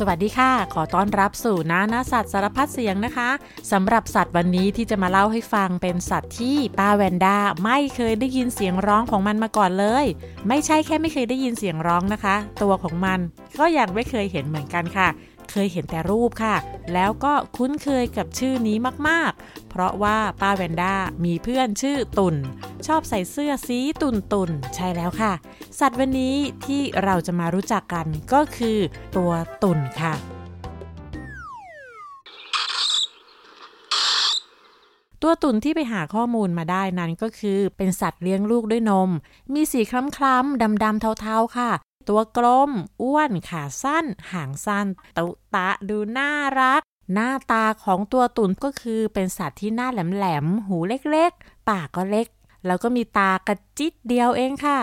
วัสดีค่ะขอต้อนรับสู่นาสัตว์สารพัดเสียงนะคะสำหรับสัตว์วันนี้ที่จะมาเล่าให้ฟังเป็นสัตว์ที่ป้าแวนด้าไม่เคยได้ยินเสียงร้องของมันมาก่อนเลยไม่ใช่แค่ไม่เคยได้ยินเสียงร้องนะคะตัวของมันก็ยังไม่เคยเห็นเหมือนกันค่ะเคยเห็นแต่รูปค่ะแล้วก็คุ้นเคยกับชื่อนี้มากๆเพราะว่าป้าแวนด้ามีเพื่อนชื่อตุ่นชอบใส่เสื้อสีตุ่นใช่แล้วค่ะสัตว์วันนี้ที่เราจะมารู้จักกันก็คือตัวตุ่นค่ะตัวตุ่นที่ไปหาข้อมูลมาได้นั้นก็คือเป็นสัตว์เลี้ยงลูกด้วยนมมีสีคล้ำๆดำๆเทาๆค่ะตัวกลมอ้วนขาสั้นหางสั้นตุตะดูน่ารักหน้าตาของตัวตุ่นก็คือเป็นสัตว์ที่หน้าแหลมๆหูเล็กๆปากก็เล็กแล้วก็มีตากระจิตเดียวเองค่ะ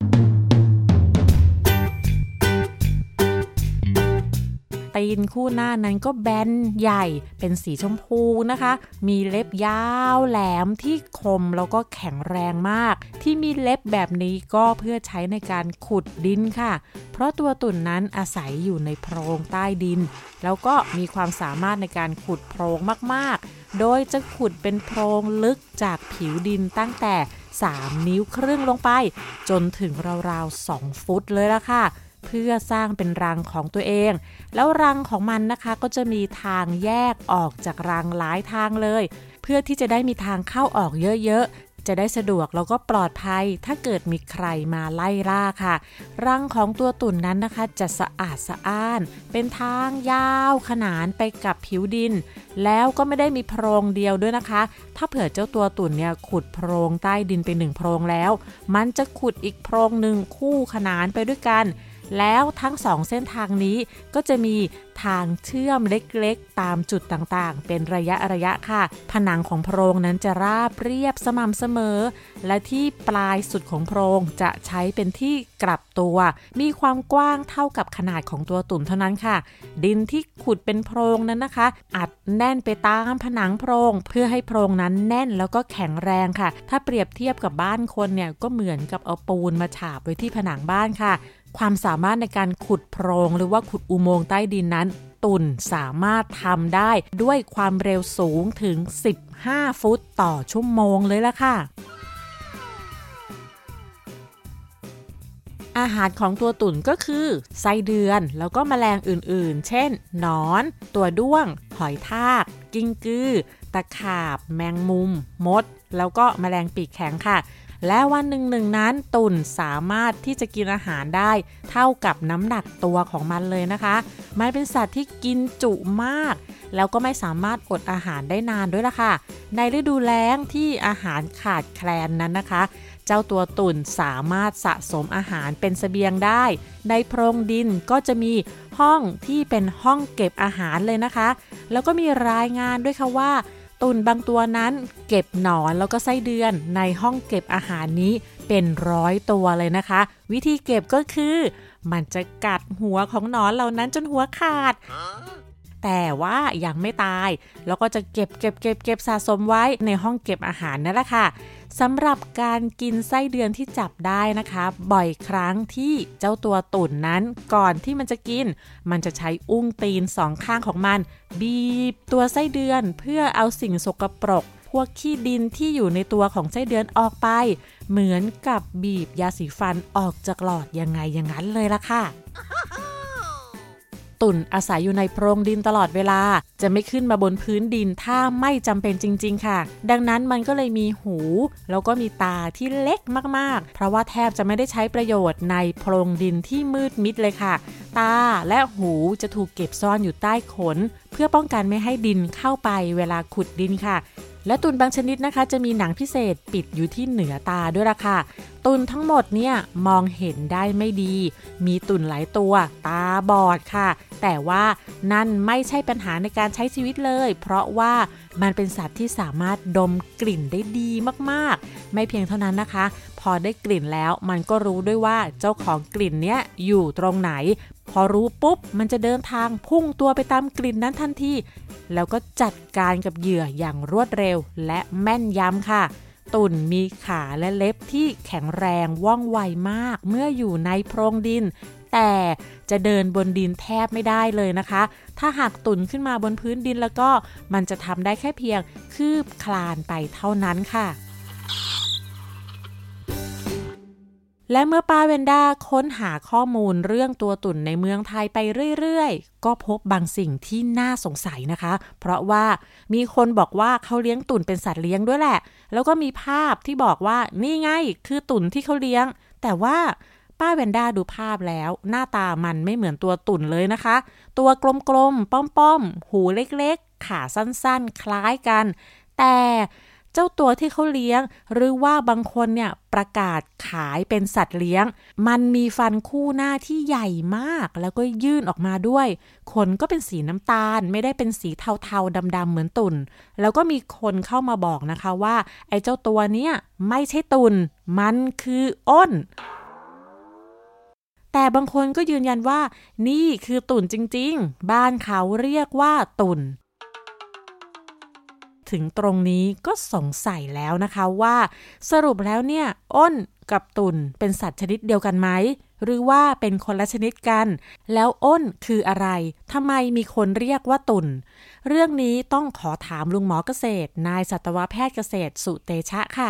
ตีนคู่หน้านั้นก็แบนใหญ่เป็นสีชมพูนะคะมีเล็บยาวแหลมที่คมแล้วก็แข็งแรงมากที่มีเล็บแบบนี้ก็เพื่อใช้ในการขุดดินค่ะเพราะตัวตุ่นนั้นอาศัยอยู่ในโพรงใต้ดินแล้วก็มีความสามารถในการขุดโพรงมากๆโดยจะขุดเป็นโพรงลึกจากผิวดินตั้งแต่3 นิ้วครึ่งลงไปจนถึงราวๆ2 ฟุตเลยละค่ะเพื่อสร้างเป็นรังของตัวเองแล้วรังของมันนะคะก็จะมีทางแยกออกจากรังหลายทางเลยเพื่อที่จะได้มีทางเข้าออกเยอะๆจะได้สะดวกแล้วก็ปลอดภัยถ้าเกิดมีใครมาไล่ล่าค่ะรังของตัวตุ่นนั้นนะคะจะสะอาดสะอ้านเป็นทางยาวขนานไปกับผิวดินแล้วก็ไม่ได้มีโพรงเดียวด้วยนะคะถ้าเผื่อเจ้าตัวตุ่นเนี่ยขุดโพรงใต้ดินไป1 โพรงแล้วมันจะขุดอีกโพรงหนึ่งคู่ขนานไปด้วยกันแล้วทั้ง2 เส้นทางนี้ก็จะมีทางเชื่อมเล็กๆตามจุดต่างๆเป็นระยะค่ะผนังของโพรงนั้นจะราบเรียบสม่ำเสมอและที่ปลายสุดของโพรงจะใช้เป็นที่กลับตัวมีความกว้างเท่ากับขนาดของตัวตุ่นเท่านั้นค่ะดินที่ขุดเป็นโพรงนั้นนะคะอัดแน่นไปตามผนังโพรงเพื่อให้โพรงนั้นแน่นแล้วก็แข็งแรงค่ะถ้าเปรียบเทียบกับบ้านคนเนี่ยก็เหมือนกับเอาปูนมาฉาบไว้ที่ผนังบ้านค่ะความสามารถในการขุดโพรงหรือว่าขุดอุโมงค์ใต้ดินนั้นตุ่นสามารถทำได้ด้วยความเร็วสูงถึง15 ฟุตต่อชั่วโมงเลยล่ะค่ะอาหารของตัวตุ่นก็คือไส้เดือนแล้วก็แมลงอื่นๆเช่นหนอนตัวด้วงหอยทากกิ้งกือตะขาบแมงมุมมดแล้วก็แมลงปีกแข็งค่ะและวันหนึ่งนั้นตุ่นสามารถที่จะกินอาหารได้เท่ากับน้ำหนักตัวของมันเลยนะคะมันเป็นสัตว์ที่กินจุมากแล้วก็ไม่สามารถอดอาหารได้นานด้วยล่ะค่ะในฤดูแล้งที่อาหารขาดแคลนนั้นนะคะเจ้าตัวตุ่นสามารถสะสมอาหารเป็นเสบียงได้ในโพรงดินก็จะมีห้องที่เป็นห้องเก็บอาหารเลยนะคะแล้วก็มีรายงานด้วยค่ะว่าตุ่นบางตัวนั้นเก็บหนอนแล้วก็ไส้เดือนในห้องเก็บอาหารนี้เป็น100 ตัวเลยนะคะวิธีเก็บก็คือมันจะกัดหัวของหนอนเหล่านั้นจนหัวขาดแต่ว่ายังไม่ตายแล้วก็จะเก็บสะสมไว้ในห้องเก็บอาหารนั่นแหละค่ะสำหรับการกินไส้เดือนที่จับได้นะคะบ่อยครั้งที่เจ้าตัวตุ่นนั้นก่อนที่มันจะกินมันจะใช้อุ้งตีน2 ข้างของมันบีบตัวไส้เดือนเพื่อเอาสิ่งสกปรกพวกขี้ดินที่อยู่ในตัวของไส้เดือนออกไปเหมือนกับบีบยาสีฟันออกจากหลอดยังไงอย่างนั้นเลยล่ะค่ะตุ่นอาศัยอยู่ในโพรงดินตลอดเวลาจะไม่ขึ้นมาบนพื้นดินถ้าไม่จำเป็นจริงๆค่ะดังนั้นมันก็เลยมีหูแล้วก็มีตาที่เล็กมากๆเพราะว่าแทบจะไม่ได้ใช้ประโยชน์ในโพรงดินที่มืดมิดเลยค่ะตาและหูจะถูกเก็บซ่อนอยู่ใต้ขนเพื่อป้องกันไม่ให้ดินเข้าไปเวลาขุดดินค่ะและตุ่นบางชนิดนะคะจะมีหนังพิเศษปิดอยู่ที่เหนือตาด้วยล่ะค่ะตุ่นทั้งหมดเนี่ยมองเห็นได้ไม่ดีมีตุ่นหลายตัวตาบอดค่ะแต่ว่านั่นไม่ใช่ปัญหาในการใช้ชีวิตเลยเพราะว่ามันเป็นสัตว์ที่สามารถดมกลิ่นได้ดีมากๆไม่เพียงเท่านั้นนะคะพอได้กลิ่นแล้วมันก็รู้ด้วยว่าเจ้าของกลิ่นเนี้ยอยู่ตรงไหนพอรู้ปุ๊บมันจะเดินทางพุ่งตัวไปตามกลิ่นนั้นทันทีแล้วก็จัดการกับเหยื่ออย่างรวดเร็วและแม่นยำค่ะตุ่นมีขาและเล็บที่แข็งแรงว่องไวมากเมื่ออยู่ในโพรงดินแต่จะเดินบนดินแทบไม่ได้เลยนะคะถ้าหากตุ่นขึ้นมาบนพื้นดินแล้วก็มันจะทำได้แค่เพียงคืบคลานไปเท่านั้นค่ะและเมื่อป้าเวนด้าค้นหาข้อมูลเรื่องตัวตุ่นในเมืองไทยไปเรื่อยๆก็พบบางสิ่งที่น่าสงสัยนะคะเพราะว่ามีคนบอกว่าเขาเลี้ยงตุ่นเป็นสัตว์เลี้ยงด้วยแหละแล้วก็มีภาพที่บอกว่านี่ไงคือตุ่นที่เขาเลี้ยงแต่ว่าป้าเวนด้าดูภาพแล้วหน้าตามันไม่เหมือนตัวตุ่นเลยนะคะตัวกลมๆป้อมๆหูเล็กๆขาสั้นๆคล้ายกันแต่เจ้าตัวที่เขาเลี้ยงหรือว่าบางคนเนี่ยประกาศขายเป็นสัตว์เลี้ยงมันมีฟันคู่หน้าที่ใหญ่มากแล้วก็ยื่นออกมาด้วยขนก็เป็นสีน้ำตาลไม่ได้เป็นสีเทาๆดำๆเหมือนตุ่นแล้วก็มีคนเข้ามาบอกนะคะว่าไอ้เจ้าตัวเนี้ยไม่ใช่ตุ่นมันคืออ้นแต่บางคนก็ยืนยันว่านี่คือตุ่นจริงๆบ้านเขาเรียกว่าตุ่นถึงตรงนี้ก็สงสัยแล้วนะคะว่าสรุปแล้วเนี่ยอ้นกับตุ่นเป็นสัตว์ชนิดเดียวกันไหมหรือว่าเป็นคนละชนิดกันแล้วอ้นคืออะไรทำไมมีคนเรียกว่าตุ่นเรื่องนี้ต้องขอถามลุงหมอเกษตรนายสัตวแพทย์เกษตรสุเตชะค่ะ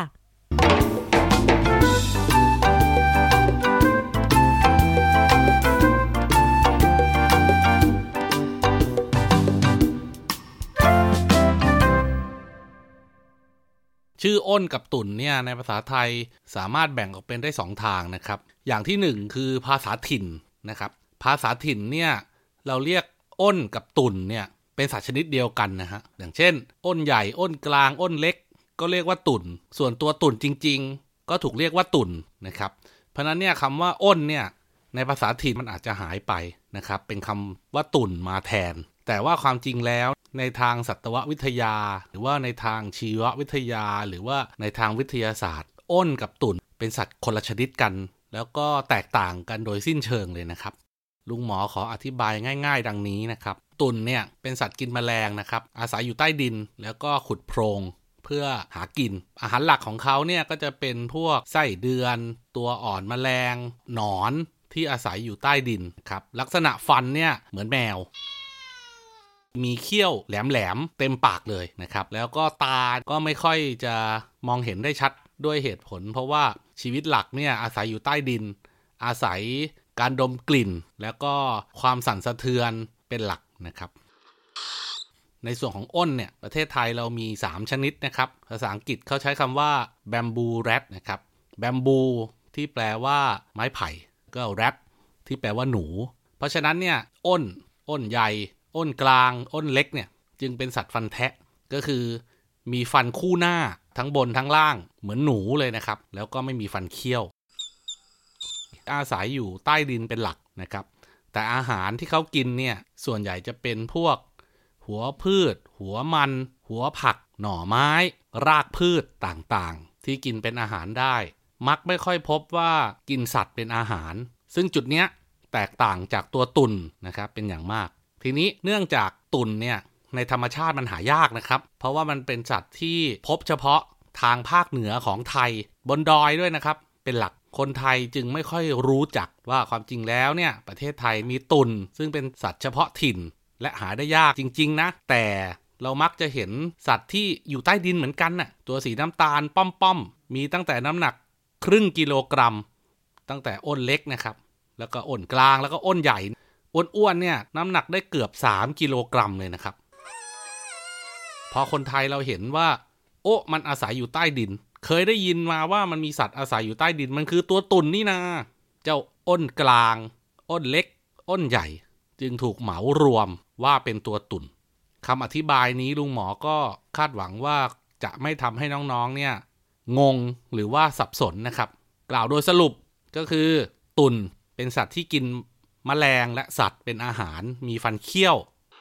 ชื่ออ้นกับตุ่นเนี่ยในภาษาไทยสามารถแบ่งออกเป็นได้2ทางนะครับอย่างที่1คือภาษาถิ่นนะครับภาษาถิ่นเนี่ยเราเรียกอ้นกับตุ่นเนี่ยเป็นสัตว์ชนิดเดียวกันนะฮะอย่างเช่นอ้นใหญ่อ้นกลางอ้นเล็กก็เรียกว่าตุ่นส่วนตัวตุ่นจริงๆก็ถูกเรียกว่าตุ่นนะครับเพราะนั้นเนี่ยคำว่าอ้นเนี่ยในภาษาถิ่นมันอาจจะหายไปนะครับเป็นคำว่าตุ่นมาแทนแต่ว่าความจริงแล้วในทางสัตววิทยาหรือว่าในทางชีววิทยาหรือว่าในทางวิทยาศาสตร์อ้นกับตุ่นเป็นสัตว์คนละชนิดกันแล้วก็แตกต่างกันโดยสิ้นเชิงเลยนะครับลุงหมอขออธิบายง่ายๆดังนี้นะครับตุ่นเนี่ยเป็นสัตว์กินแมลงนะครับอาศัยอยู่ใต้ดินแล้วก็ขุดโพรงเพื่อหากินอาหารหลักของเขาเนี่ยก็จะเป็นพวกไส้เดือนตัวอ่อนแมลงหนอนที่อาศัยอยู่ใต้ดินครับลักษณะฟันเนี่ยเหมือนแมวมีเขี้ยวแหลมๆเต็มปากเลยนะครับแล้วก็ตาก็ไม่ค่อยจะมองเห็นได้ชัดด้วยเหตุผลเพราะว่าชีวิตหลักเนี่ยอาศัยอยู่ใต้ดินอาศัยการดมกลิ่นแล้วก็ความสั่นสะเทือนเป็นหลักนะครับในส่วนของอ้นเนี่ยประเทศไทยเรามี3ชนิดนะครับภาษาอังกฤษเขาใช้คำว่า bamboo rat นะครับ bamboo ที่แปลว่าไม้ไผ่ก็ rat ที่แปลว่าหนูเพราะฉะนั้นเนี่ยอ้นใหญ่อ้นกลางอ้นเล็กเนี่ยจึงเป็นสัตว์ฟันแทะก็คือมีฟันคู่หน้าทั้งบนทั้งล่างเหมือนหนูเลยนะครับแล้วก็ไม่มีฟันเคี้ยวอาศัยอยู่ใต้ดินเป็นหลักนะครับแต่อาหารที่เขากินเนี่ยส่วนใหญ่จะเป็นพวกหัวพืชหัวมันหัวผักหน่อไม้รากพืชต่างๆที่กินเป็นอาหารได้มักไม่ค่อยพบว่ากินสัตว์เป็นอาหารซึ่งจุดเนี้ยแตกต่างจากตัวตุ่นนะครับเป็นอย่างมากทีนี้เนื่องจากตุ่นเนี่ยในธรรมชาติมันหายากนะครับเพราะว่ามันเป็นสัตว์ที่พบเฉพาะทางภาคเหนือของไทยบนดอยด้วยนะครับเป็นหลักคนไทยจึงไม่ค่อยรู้จักว่าความจริงแล้วเนี่ยประเทศไทยมีตุ่นซึ่งเป็นสัตว์เฉพาะถิ่นและหาได้ยากจริงๆนะแต่เรามักจะเห็นสัตว์ที่อยู่ใต้ดินเหมือนกันน่ะตัวสีน้ำตาลป้อมๆมีตั้งแต่น้ำหนักครึ่งกิโลกรัมตั้งแต่อ้นเล็กนะครับแล้วก็อ้นกลางแล้วก็อ้นใหญ่อ้วนๆเนี่ยน้ำหนักได้เกือบ3กิโลกรัมเลยนะครับพอคนไทยเราเห็นว่าโอ้มันอาศัยอยู่ใต้ดินเคยได้ยินมาว่ามันมีสัตว์อาศัยอยู่ใต้ดินมันคือตัวตุ่นนี่นาเจ้าอ้นกลางอ้นเล็กอ้นใหญ่จึงถูกเหมารวมว่าเป็นตัวตุ่นคำอธิบายนี้ลุงหมอก็คาดหวังว่าจะไม่ทำให้น้องๆเนี่ยงงหรือว่าสับสนนะครับกล่าวโดยสรุปก็คือตุ่นเป็นสัตว์ที่กินแมลงและสัตว์เป็นอาหารมีฟันเขี้ยว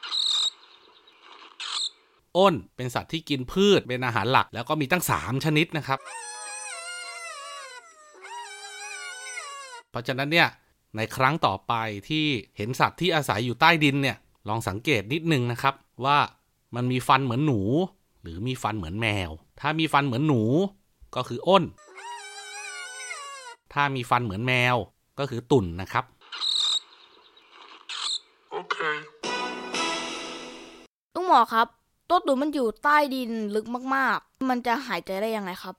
อ้นเป็นสัตว์ที่กินพืชเป็นอาหารหลักแล้วก็มีตั้ง3ชนิดนะครับเพราะฉะนั้นเนี่ยในครั้งต่อไปที่เห็นสัตว์ที่อาศัยอยู่ใต้ดินเนี่ยลองสังเกตนิดนึงนะครับว่ามันมีฟันเหมือนหนูหรือมีฟันเหมือนแมวถ้ามีฟันเหมือนหนูก็คืออ้นถ้ามีฟันเหมือนแมวก็คือตุ่นนะครับโอเคลุงหมอครับตัวตุ่นมันอยู่ใต้ดินลึกมากๆมันจะหายใจได้ยังไงครับ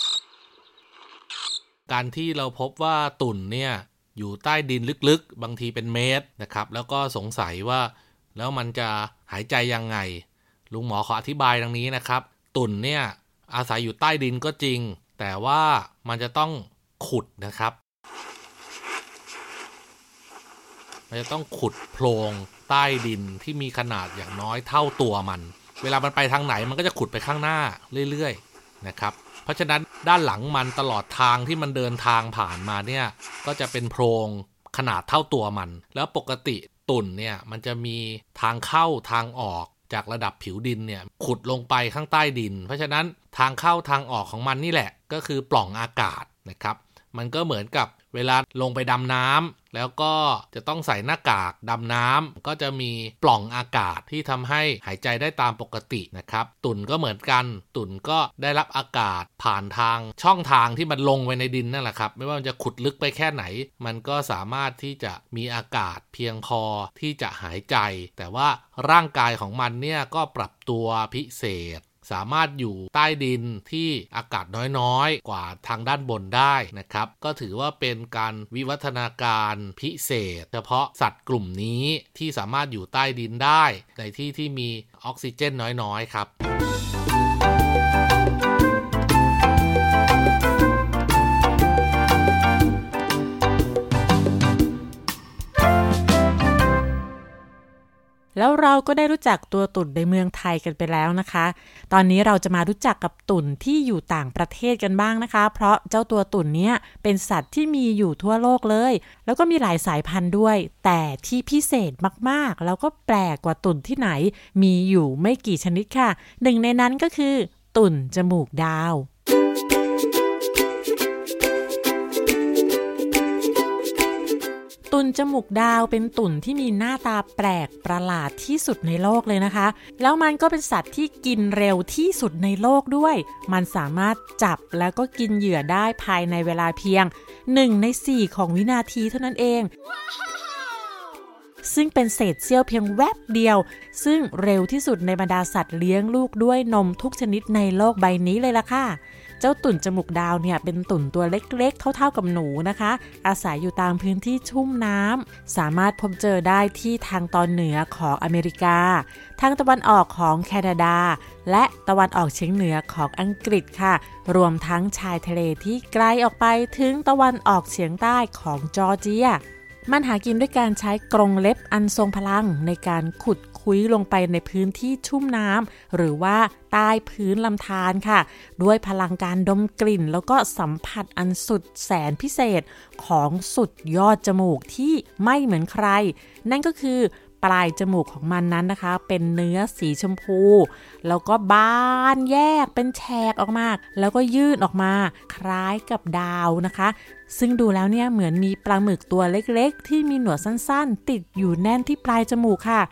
การที่เราพบว่าตุ่นเนี่ยอยู่ใต้ดินลึกๆบางทีเป็นเมตรนะครับแล้วก็สงสัยว่าแล้วมันจะหายใจยังไงลุงหมอขออธิบายดังนี้นะครับตุ่นเนี่ยอาศัยอยู่ใต้ดินก็จริงแต่ว่ามันจะต้องขุดนะครับมันจะต้องขุดโพรงใต้ดินที่มีขนาดอย่างน้อยเท่าตัวมันเวลามันไปทางไหนมันก็จะขุดไปข้างหน้าเรื่อยๆนะครับเพราะฉะนั้นด้านหลังมันตลอดทางที่มันเดินทางผ่านมาเนี่ยก็จะเป็นโพรงขนาดเท่าตัวมันแล้วปกติตุ่นเนี่ยมันจะมีทางเข้าทางออกจากระดับผิวดินเนี่ยขุดลงไปข้างใต้ดินเพราะฉะนั้นทางเข้าทางออกของมันนี่แหละก็คือปล่องอากาศนะครับมันก็เหมือนกับเวลาลงไปดำน้ำแล้วก็จะต้องใส่หน้ากากดำน้ำก็จะมีปล่องอากาศที่ทำให้หายใจได้ตามปกตินะครับตุ่นก็เหมือนกันตุ่นก็ได้รับอากาศผ่านทางช่องทางที่มันลงไปในดินนั่นแหละครับไม่ว่ามันจะขุดลึกไปแค่ไหนมันก็สามารถที่จะมีอากาศเพียงพอที่จะหายใจแต่ว่าร่างกายของมันเนี่ยก็ปรับตัวพิเศษสามารถอยู่ใต้ดินที่อากาศน้อยๆกว่าทางด้านบนได้นะครับก็ถือว่าเป็นการวิวัฒนาการพิเศษเฉพาะสัตว์กลุ่มนี้ที่สามารถอยู่ใต้ดินได้ในที่ที่มีออกซิเจนน้อยๆครับแล้วเราก็ได้รู้จักตัวตุ่นในเมืองไทยกันไปแล้วนะคะตอนนี้เราจะมารู้จักกับตุ่นที่อยู่ต่างประเทศกันบ้างนะคะเพราะเจ้าตัวตุ่นเนี้ยเป็นสัตว์ที่มีอยู่ทั่วโลกเลยแล้วก็มีหลายสายพันธุ์ด้วยแต่ที่พิเศษมากๆแล้วก็แปลกกว่าตุ่นที่ไหนมีอยู่ไม่กี่ชนิดค่ะหนึ่งในนั้นก็คือตุ่นจมูกดาวตุ่นจมูกดาวเป็นตุ่นที่มีหน้าตาแปลกประหลาดที่สุดในโลกเลยนะคะแล้วมันก็เป็นสัตว์ที่กินเร็วที่สุดในโลกด้วยมันสามารถจับแล้วก็กินเหยื่อได้ภายในเวลาเพียง1 ใน 4ของวินาทีเท่านั้นเองซึ่งเป็นเศษเสี้ยวเพียงแวบเดียวซึ่งเร็วที่สุดในบรรดาสัตว์เลี้ยงลูกด้วยนมทุกชนิดในโลกใบนี้เลยล่ะค่ะเจ้าตุ่นจมูกดาวเนี่ยเป็นตุ่นตัวเล็กๆเท่าๆกับหนูนะคะอาศัยอยู่ตามพื้นที่ชุ่มน้ำสามารถพบเจอได้ที่ทางตอนเหนือของอเมริกาทางตะวันออกของแคนาดาและตะวันออกเฉียงเหนือของอังกฤษค่ะรวมทั้งชายทะเลที่ไกลออกไปถึงตะวันออกเฉียงใต้ของจอร์เจียมันหากินด้วยการใช้กรงเล็บอันทรงพลังในการขุดคุ้ยลงไปในพื้นที่ชุ่มน้ำหรือว่าใต้พื้นลำธารค่ะด้วยพลังการดมกลิ่นแล้วก็สัมผัสอันสุดแสนพิเศษของสุดยอดจมูกที่ไม่เหมือนใครนั่นก็คือปลายจมูกของมันนั้นนะคะเป็นเนื้อสีชมพูแล้วก็บานแยกเป็นแฉกออกมาแล้วก็ยื่นออกมาคล้ายกับดาวนะคะซึ่งดูแล้วเนี่ยเหมือนมีปลาหมึกตัวเล็กๆที่มีหนวดสั้นๆติดอยู่แน่นที่ปลายจมูกค่ะ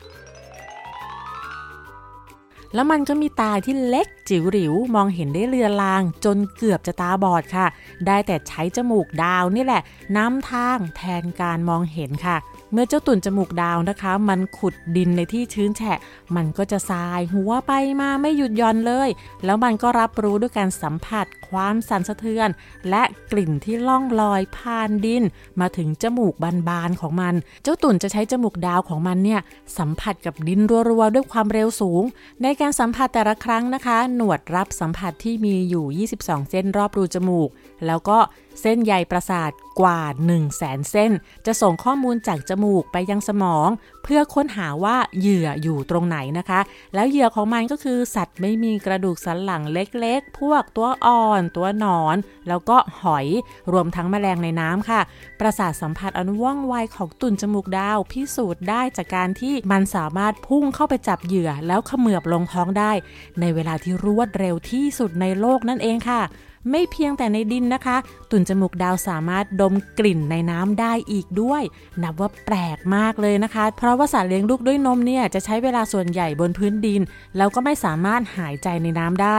แล้วมันก็มีตาที่เล็กจิ๋วหริวมองเห็นได้เลือนลางจนเกือบจะตาบอดค่ะได้แต่ใช้จมูกดาวนี่แหละนำทางแทนการมองเห็นค่ะเมื่อเจ้าตุ่นจมูกดาวนะคะมันขุดดินในที่ชื้นแฉะมันก็จะสายหัวไปมาไม่หยุดหย่อนเลยแล้วมันก็รับรู้ด้วยการสัมผัสความสั่นสะเทือนและกลิ่นที่ล่องลอยผ่านดินมาถึงจมูกบานๆของมันเจ้าตุ่นจะใช้จมูกดาวของมันเนี่ยสัมผัสกับดินรัวๆด้วยความเร็วสูงในการสัมผัสแต่ละครั้งนะคะหนวดรับสัมผัสที่มีอยู่22เส้นรอบรูจมูกแล้วก็เส้นใยประสาทกว่า 100,000 เส้นจะส่งข้อมูลจากจมูกไปยังสมองเพื่อค้นหาว่าเหยื่ออยู่ตรงไหนนะคะแล้วเหยื่อของมันก็คือสัตว์ไม่มีกระดูกสันหลังเล็กๆพวกตัวอ่อนตัวหนอนแล้วก็หอยรวมทั้งแมลงในน้ำค่ะประสาทสัมผัสอันว่องไวของตุ่นจมูกดาวพิสูจน์ได้จากการที่มันสามารถพุ่งเข้าไปจับเหยื่อแล้วเขมือบลงท้องได้ในเวลาที่รวดเร็วที่สุดในโลกนั่นเองค่ะไม่เพียงแต่ในดินนะคะตุ่นจมูกดาวสามารถดมกลิ่นในน้ำได้อีกด้วยนับว่าแปลกมากเลยนะคะเพราะว่าสัตว์เลี้ยงลูกด้วยนมเนี่ยจะใช้เวลาส่วนใหญ่บนพื้นดินแล้วก็ไม่สามารถหายใจในน้ำได้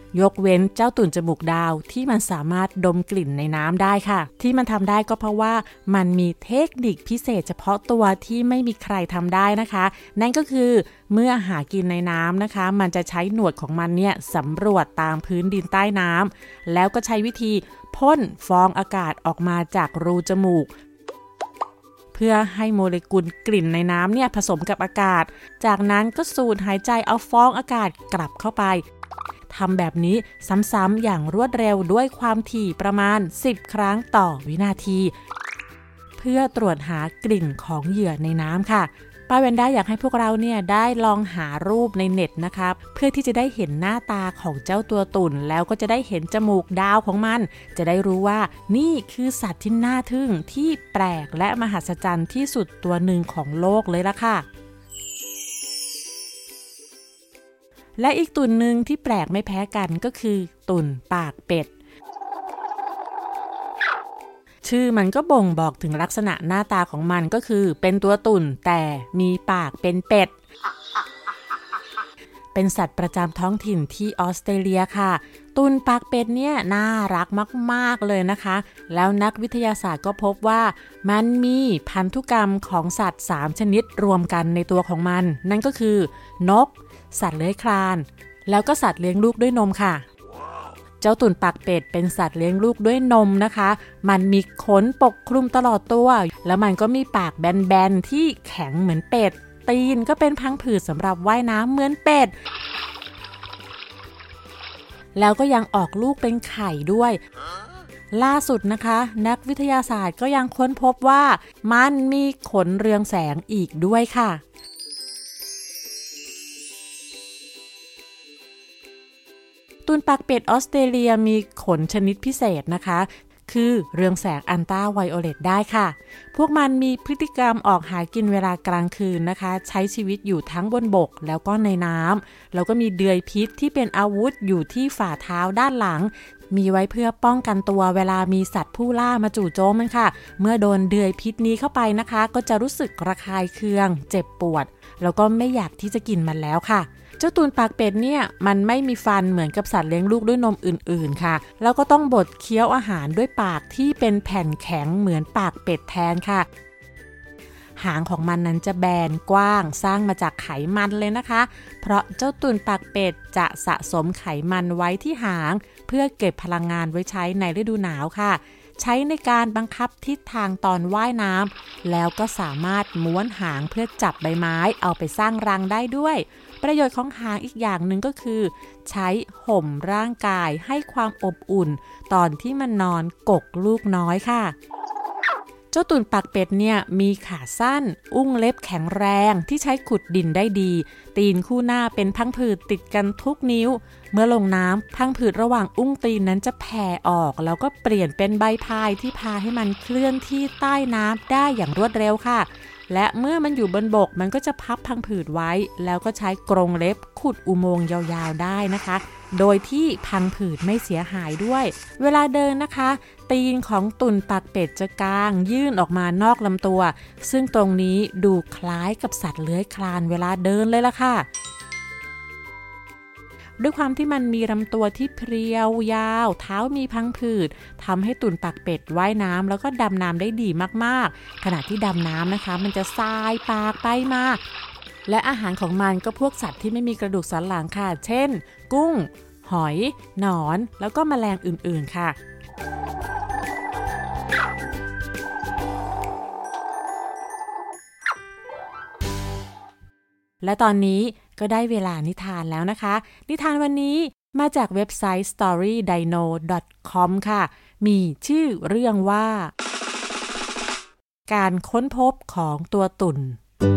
ยกเว้นเจ้าตุ่นจมูกดาวที่มันสามารถดมกลิ่นในน้ำได้ค่ะที่มันทำได้ก็เพราะว่ามันมีเทคนิคพิเศษเฉพาะตัวที่ไม่มีใครทำได้นะคะนั่นก็คือเมื่อหากินในน้ำนะคะมันจะใช้หนวดของมันเนี่ยสำรวจตามพื้นดินใต้น้ำแล้วก็ใช้วิธีพ่นฟองอากาศออกมาจากรูจมูกเพื่อให้โมเลกุลกลิ่นในน้ำเนี่ยผสมกับอากาศจากนั้นก็สูดหายใจเอาฟองอากาศกลับเข้าไปทำแบบนี้ซ้ำๆอย่างรวดเร็วด้วยความถี่ประมาณ10ครั้งต่อวินาทีเพื่อตรวจหากลิ่นของเหยื่อในน้ำค่ะป้าแวนด้าอยากให้พวกเราเนี่ยได้ลองหารูปในเน็ตนะคะเพื่อที่จะได้เห็นหน้าตาของเจ้าตัวตุ่นแล้วก็จะได้เห็นจมูกดาวของมันจะได้รู้ว่านี่คือสัตว์ที่น่าทึ่งที่แปลกและมหัศจรรย์ที่สุดตัวหนึ่งของโลกเลยล่ะค่ะและอีกตุ่นหนึ่งที่แปลกไม่แพ้กันก็คือตุ่นปากเป็ดชื่อมันก็บ่งบอกถึงลักษณะหน้าตาของมันก็คือเป็นตัวตุ่นแต่มีปากเป็นเป็ดเป็นสัตว์ประจำท้องถิ่นที่ออสเตรเลียค่ะตุ่นปากเป็ดเนี่ยน่ารักมากๆเลยนะคะแล้วนักวิทยาศาสตร์ก็พบว่ามันมีพันธุกรรมของสัตว์3ชนิดรวมกันในตัวของมันนั่นก็คือนกสัตว์เลื้อยคลานแล้วก็สัตว์เลี้ยงลูกด้วยนมค่ะเจ้าตุ่นปากเป็ดเป็นสัตว์เลี้ยงลูกด้วยนมนะคะมันมีขนปกคลุมตลอดตัวแล้วมันก็มีปากแบนๆที่แข็งเหมือนเป็ดตีนก็เป็นพังผืดสำหรับว่ายน้ำเหมือนเป็ดแล้วก็ยังออกลูกเป็นไข่ด้วยล่าสุดนะคะนักวิทยาศาสตร์ก็ยังค้นพบว่ามันมีขนเรืองแสงอีกด้วยค่ะตุ่นปากเป็ดออสเตรเลียมีขนชนิดพิเศษนะคะคือเรืองแสงอัลตราไวโอเลตได้ค่ะพวกมันมีพฤติกรรมออกหากินเวลากลางคืนนะคะใช้ชีวิตอยู่ทั้งบนบกแล้วก็ในน้ำแล้วก็มีเดือยพิษที่เป็นอาวุธอยู่ที่ฝ่าเท้าด้านหลังมีไว้เพื่อป้องกันตัวเวลามีสัตว์ผู้ล่ามาจู่โจมมันค่ะเมื่อโดนเดือยพิษนี้เข้าไปนะคะก็จะรู้สึกระคายเคืองเจ็บปวดแล้วก็ไม่อยากที่จะกินมันแล้วค่ะเจ้าตุ่นปากเป็ดเนี่ยมันไม่มีฟันเหมือนกับสัตว์เลี้ยงลูกด้วยนมอื่นๆค่ะแล้วก็ต้องบดเคี้ยวอาหารด้วยปากที่เป็นแผ่นแข็งเหมือนปากเป็ดแทนค่ะหางของมันนั้นจะแบนกว้างสร้างมาจากไขมันเลยนะคะเพราะเจ้าตุ่นปากเป็ดจะสะสมไขมันไว้ที่หางเพื่อเก็บพลังงานไว้ใช้ในฤดูหนาวค่ะใช้ในการบังคับทิศทางตอนว่ายน้ำแล้วก็สามารถม้วนหางเพื่อจับใบไม้เอาไปสร้างรังได้ด้วยประโยชน์ของหางอีกอย่างหนึ่งก็คือใช้ห่มร่างกายให้ความอบอุ่นตอนที่มันนอนกกลูกน้อยค่ะเจ้าตุ่นปากเป็ดเนี่ยมีขาสั้นอุ้งเล็บแข็งแรงที่ใช้ขุดดินได้ดีตีนคู่หน้าเป็นพังผืดติดกันทุกนิ้วเมื่อลงน้ำพังผืดระหว่างอุ้งตีนนั้นจะแผ่ออกแล้วก็เปลี่ยนเป็นใบพายที่พาให้มันเคลื่อนที่ใต้น้ำได้อย่างรวดเร็วค่ะและเมื่อมันอยู่บนบกมันก็จะพับพังผืดไว้แล้วก็ใช้กรงเล็บขุดอุโมงค์ยาวๆได้นะคะโดยที่พังผืดไม่เสียหายด้วยเวลาเดินนะคะตีนของตุ่นปากเป็ดจะกางยื่นออกมานอกลำตัวซึ่งตรงนี้ดูคล้ายกับสัตว์เลื้อยคลานเวลาเดินเลยล่ะค่ะด้วยความที่มันมีลำตัวที่เพรียวยาวเท้ามีพังผืดทำให้ตุ่นปากเป็ดว่ายน้ำแล้วก็ดำน้ำได้ดีมากๆขณะที่ดำน้ำนะคะมันจะสายปากไปมาและอาหารของมันก็พวกสัตว์ที่ไม่มีกระดูกสันหลังค่ะเช่นกุ้งหอยหนอนแล้วก็แมลงอื่นๆค่ะและตอนนี้ก็ได้เวลานิทานแล้วนะคะนิทานวันนี้มาจากเว็บไซต์ storydino.com ค่ะมีชื่อเรื่องว่าการค้นพบของตัวตุ่น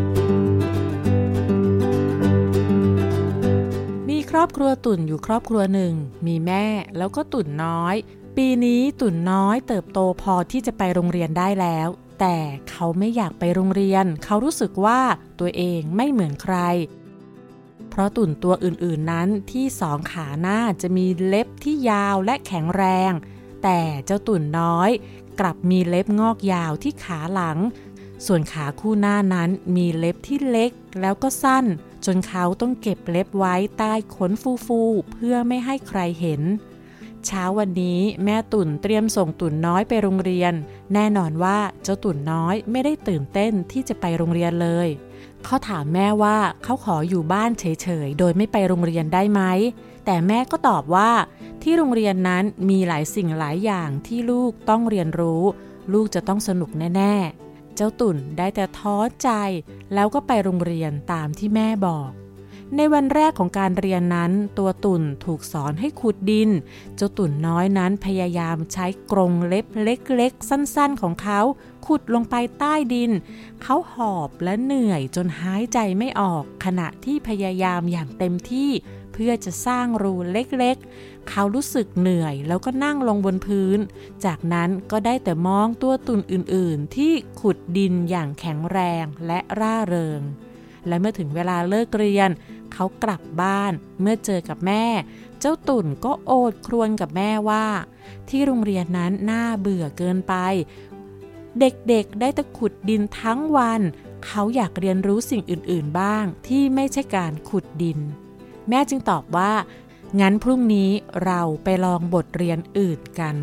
มีครอบครัวตุ่นอยู่ครอบครัวหนึ่งมีแม่แล้วก็ตุ่นน้อยปีนี้ตุ่นน้อยเติบโตพอที่จะไปโรงเรียนได้แล้วแต่เขาไม่อยากไปโรงเรียนเขารู้สึกว่าตัวเองไม่เหมือนใครเพราะตุ่นตัวอื่นๆนั้นที่สองขาหน้าจะมีเล็บที่ยาวและแข็งแรงแต่เจ้าตุ่นน้อยกลับมีเล็บงอกยาวที่ขาหลังส่วนขาคู่หน้านั้นมีเล็บที่เล็กแล้วก็สั้นจนเขาต้องเก็บเล็บไว้ใต้ขนฟูๆเพื่อไม่ให้ใครเห็นเช้าวันนี้แม่ตุ่นเตรียมส่งตุ่นน้อยไปโรงเรียนแน่นอนว่าเจ้าตุ่นน้อยไม่ได้ตื่นเต้นที่จะไปโรงเรียนเลยเขาถามแม่ว่าเขาขออยู่บ้านเฉยๆโดยไม่ไปโรงเรียนได้ไหมแต่แม่ก็ตอบว่าที่โรงเรียนนั้นมีหลายสิ่งหลายอย่างที่ลูกต้องเรียนรู้ลูกจะต้องสนุกแน่ๆเจ้าตุ่นได้แต่ท้อใจแล้วก็ไปโรงเรียนตามที่แม่บอกในวันแรกของการเรียนนั้นตัวตุ่นถูกสอนให้ขุดดินเจ้าตุ่นน้อยนั้นพยายามใช้กรงเล็บเล็กๆสั้นๆของเขาขุดลงไปใต้ดินเขาหอบและเหนื่อยจนหายใจไม่ออกขณะที่พยายามอย่างเต็มที่เพื่อจะสร้างรูเล็กๆเขารู้สึกเหนื่อยแล้วก็นั่งลงบนพื้นจากนั้นก็ได้แต่มองตัวตุ่นอื่นๆที่ขุดดินอย่างแข็งแรงและร่าเริงและเมื่อถึงเวลาเลิกเรียนเขากลับบ้านเมื่อเจอกับแม่เจ้าตุ่นก็โอดครวญกับแม่ว่าที่โรงเรียนนั้นน่าเบื่อเกินไปเด็กๆได้แต่ขุดดินทั้งวันเขาอยากเรียนรู้สิ่งอื่นๆบ้างที่ไม่ใช่การขุดดินแม่จึงตอบว่างั้นพรุ่งนี้เราไปลองบทเรียนอื่นกัน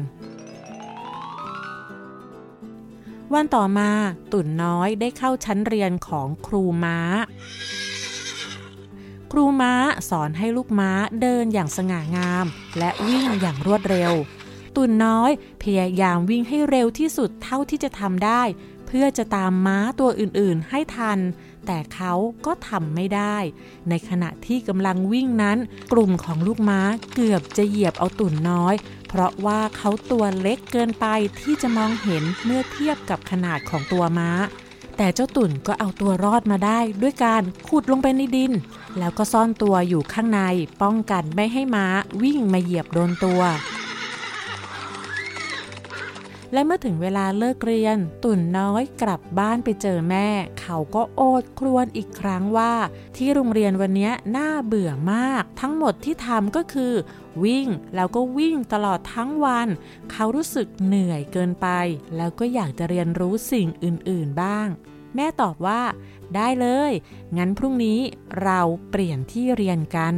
วันต่อมาตุ่นน้อยได้เข้าชั้นเรียนของครูม้าครูม้าสอนให้ลูกม้าเดินอย่างสง่างามและวิ่งอย่างรวดเร็วตุ่นน้อยพยายามวิ่งให้เร็วที่สุดเท่าที่จะทำได้เพื่อจะตามม้าตัวอื่นๆให้ทันแต่เขาก็ทำไม่ได้ในขณะที่กำลังวิ่งนั้นกลุ่มของลูกม้าเกือบจะเหยียบเอาตุ่นน้อยเพราะว่าเขาตัวเล็กเกินไปที่จะมองเห็นเมื่อเทียบกับขนาดของตัวม้าแต่เจ้าตุ่นก็เอาตัวรอดมาได้ด้วยการขุดลงไปในดินแล้วก็ซ่อนตัวอยู่ข้างในป้องกันไม่ให้ม้าวิ่งมาเหยียบโดนตัวและเมื่อถึงเวลาเลิกเรียนตุ่นน้อยกลับบ้านไปเจอแม่เขาก็โอดครวญอีกครั้งว่าที่โรงเรียนวันนี้น่าเบื่อมากทั้งหมดที่ทำก็คือวิ่งแล้วก็วิ่งตลอดทั้งวันเขารู้สึกเหนื่อยเกินไปแล้วก็อยากจะเรียนรู้สิ่งอื่นๆบ้างแม่ตอบว่าได้เลยงั้นพรุ่งนี้เราเปลี่ยนที่เรียนกัน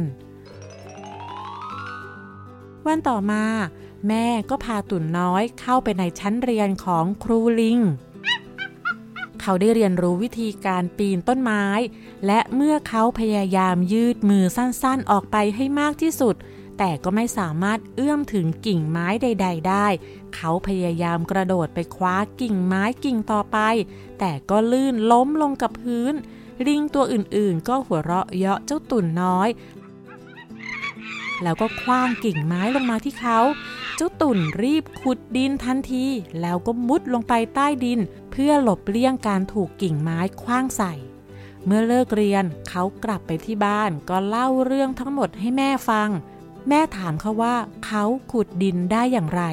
วันต่อมาแม่ก็พาตุ่นน้อยเข้าไปในชั้นเรียนของครูลิงเขาได้เรียนรู้วิธีการปีนต้นไม้และเมื่อเขาพยายามยืดมือสั้นๆออกไปให้มากที่สุดแต่ก็ไม่สามารถเอื้อมถึงกิ่งไม้ใดๆได้เขาพยายามกระโดดไปคว้ากิ่งไม้กิ่งต่อไปแต่ก็ลื่นล้มลงกับพื้นลิงตัวอื่นๆก็หัวเราะเยาะเจ้าตุ่นน้อยแล้วก็คว้างกิ่งไม้ลงมาที่เขาเจ้าตุ่นรีบขุดดินทันทีแล้วก็มุดลงไปใต้ดินเพื่อหลบเลี่ยงการถูกกิ่งไม้ขว้างใส่เมื่อเลิกเรียนเขากลับไปที่บ้านก็เล่าเรื่องทั้งหมดให้แม่ฟังแม่ถามเขาว่าเขาขุดดินได้อย่างไร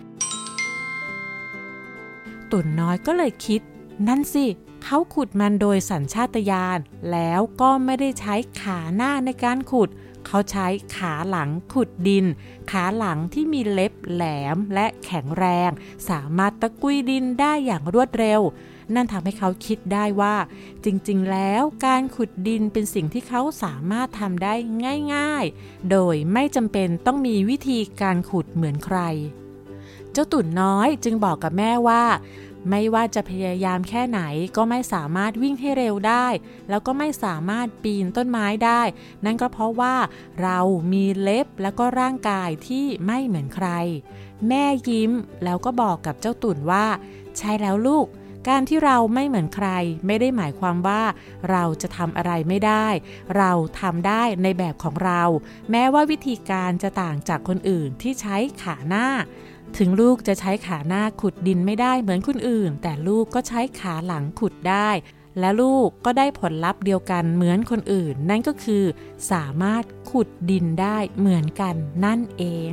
ตุ่นน้อยก็เลยคิดนั่นสิเขาขุดมันโดยสัญชาตญาณแล้วก็ไม่ได้ใช้ขาหน้าในการขุดเขาใช้ขาหลังขุดดินขาหลังที่มีเล็บแหลมและแข็งแรงสามารถตะกุยดินได้อย่างรวดเร็วนั่นทำให้เขาคิดได้ว่าจริงๆแล้วการขุดดินเป็นสิ่งที่เขาสามารถทำได้ง่ายๆโดยไม่จำเป็นต้องมีวิธีการขุดเหมือนใครเจ้าตุ่นน้อยจึงบอกกับแม่ว่าไม่ว่าจะพยายามแค่ไหนก็ไม่สามารถวิ่งให้เร็วได้แล้วก็ไม่สามารถปีนต้นไม้ได้นั่นก็เพราะว่าเรามีเล็บแล้วก็ร่างกายที่ไม่เหมือนใครแม่ยิ้มแล้วก็บอกกับเจ้าตุ่นว่าใช่แล้วลูกการที่เราไม่เหมือนใครไม่ได้หมายความว่าเราจะทำอะไรไม่ได้เราทำได้ในแบบของเราแม้ว่าวิธีการจะต่างจากคนอื่นที่ใช้ขาหน้าถึงลูกจะใช้ขาหน้าขุดดินไม่ได้เหมือนคนอื่นแต่ลูกก็ใช้ขาหลังขุดได้และลูกก็ได้ผลลัพธ์เดียวกันเหมือนคนอื่นนั่นก็คือสามารถขุดดินได้เหมือนกันนั่นเอง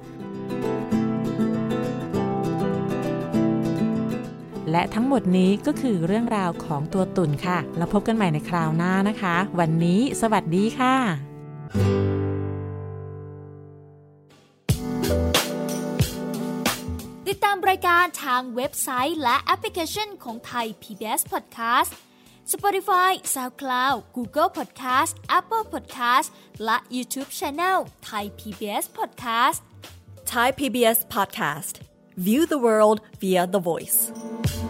และทั้งหมดนี้ก็คือเรื่องราวของตัวตุ่นค่ะแล้วพบกันใหม่ในคราวหน้านะคะวันนี้สวัสดีค่ะติดตามรายการทางเว็บไซต์และแอปพลิเคชันของไทย PBS Podcast Spotify, SoundCloud, Google Podcast, Apple Podcast และ YouTube Channel Thai PBS Podcast Thai PBS Podcast. View the world via the voice.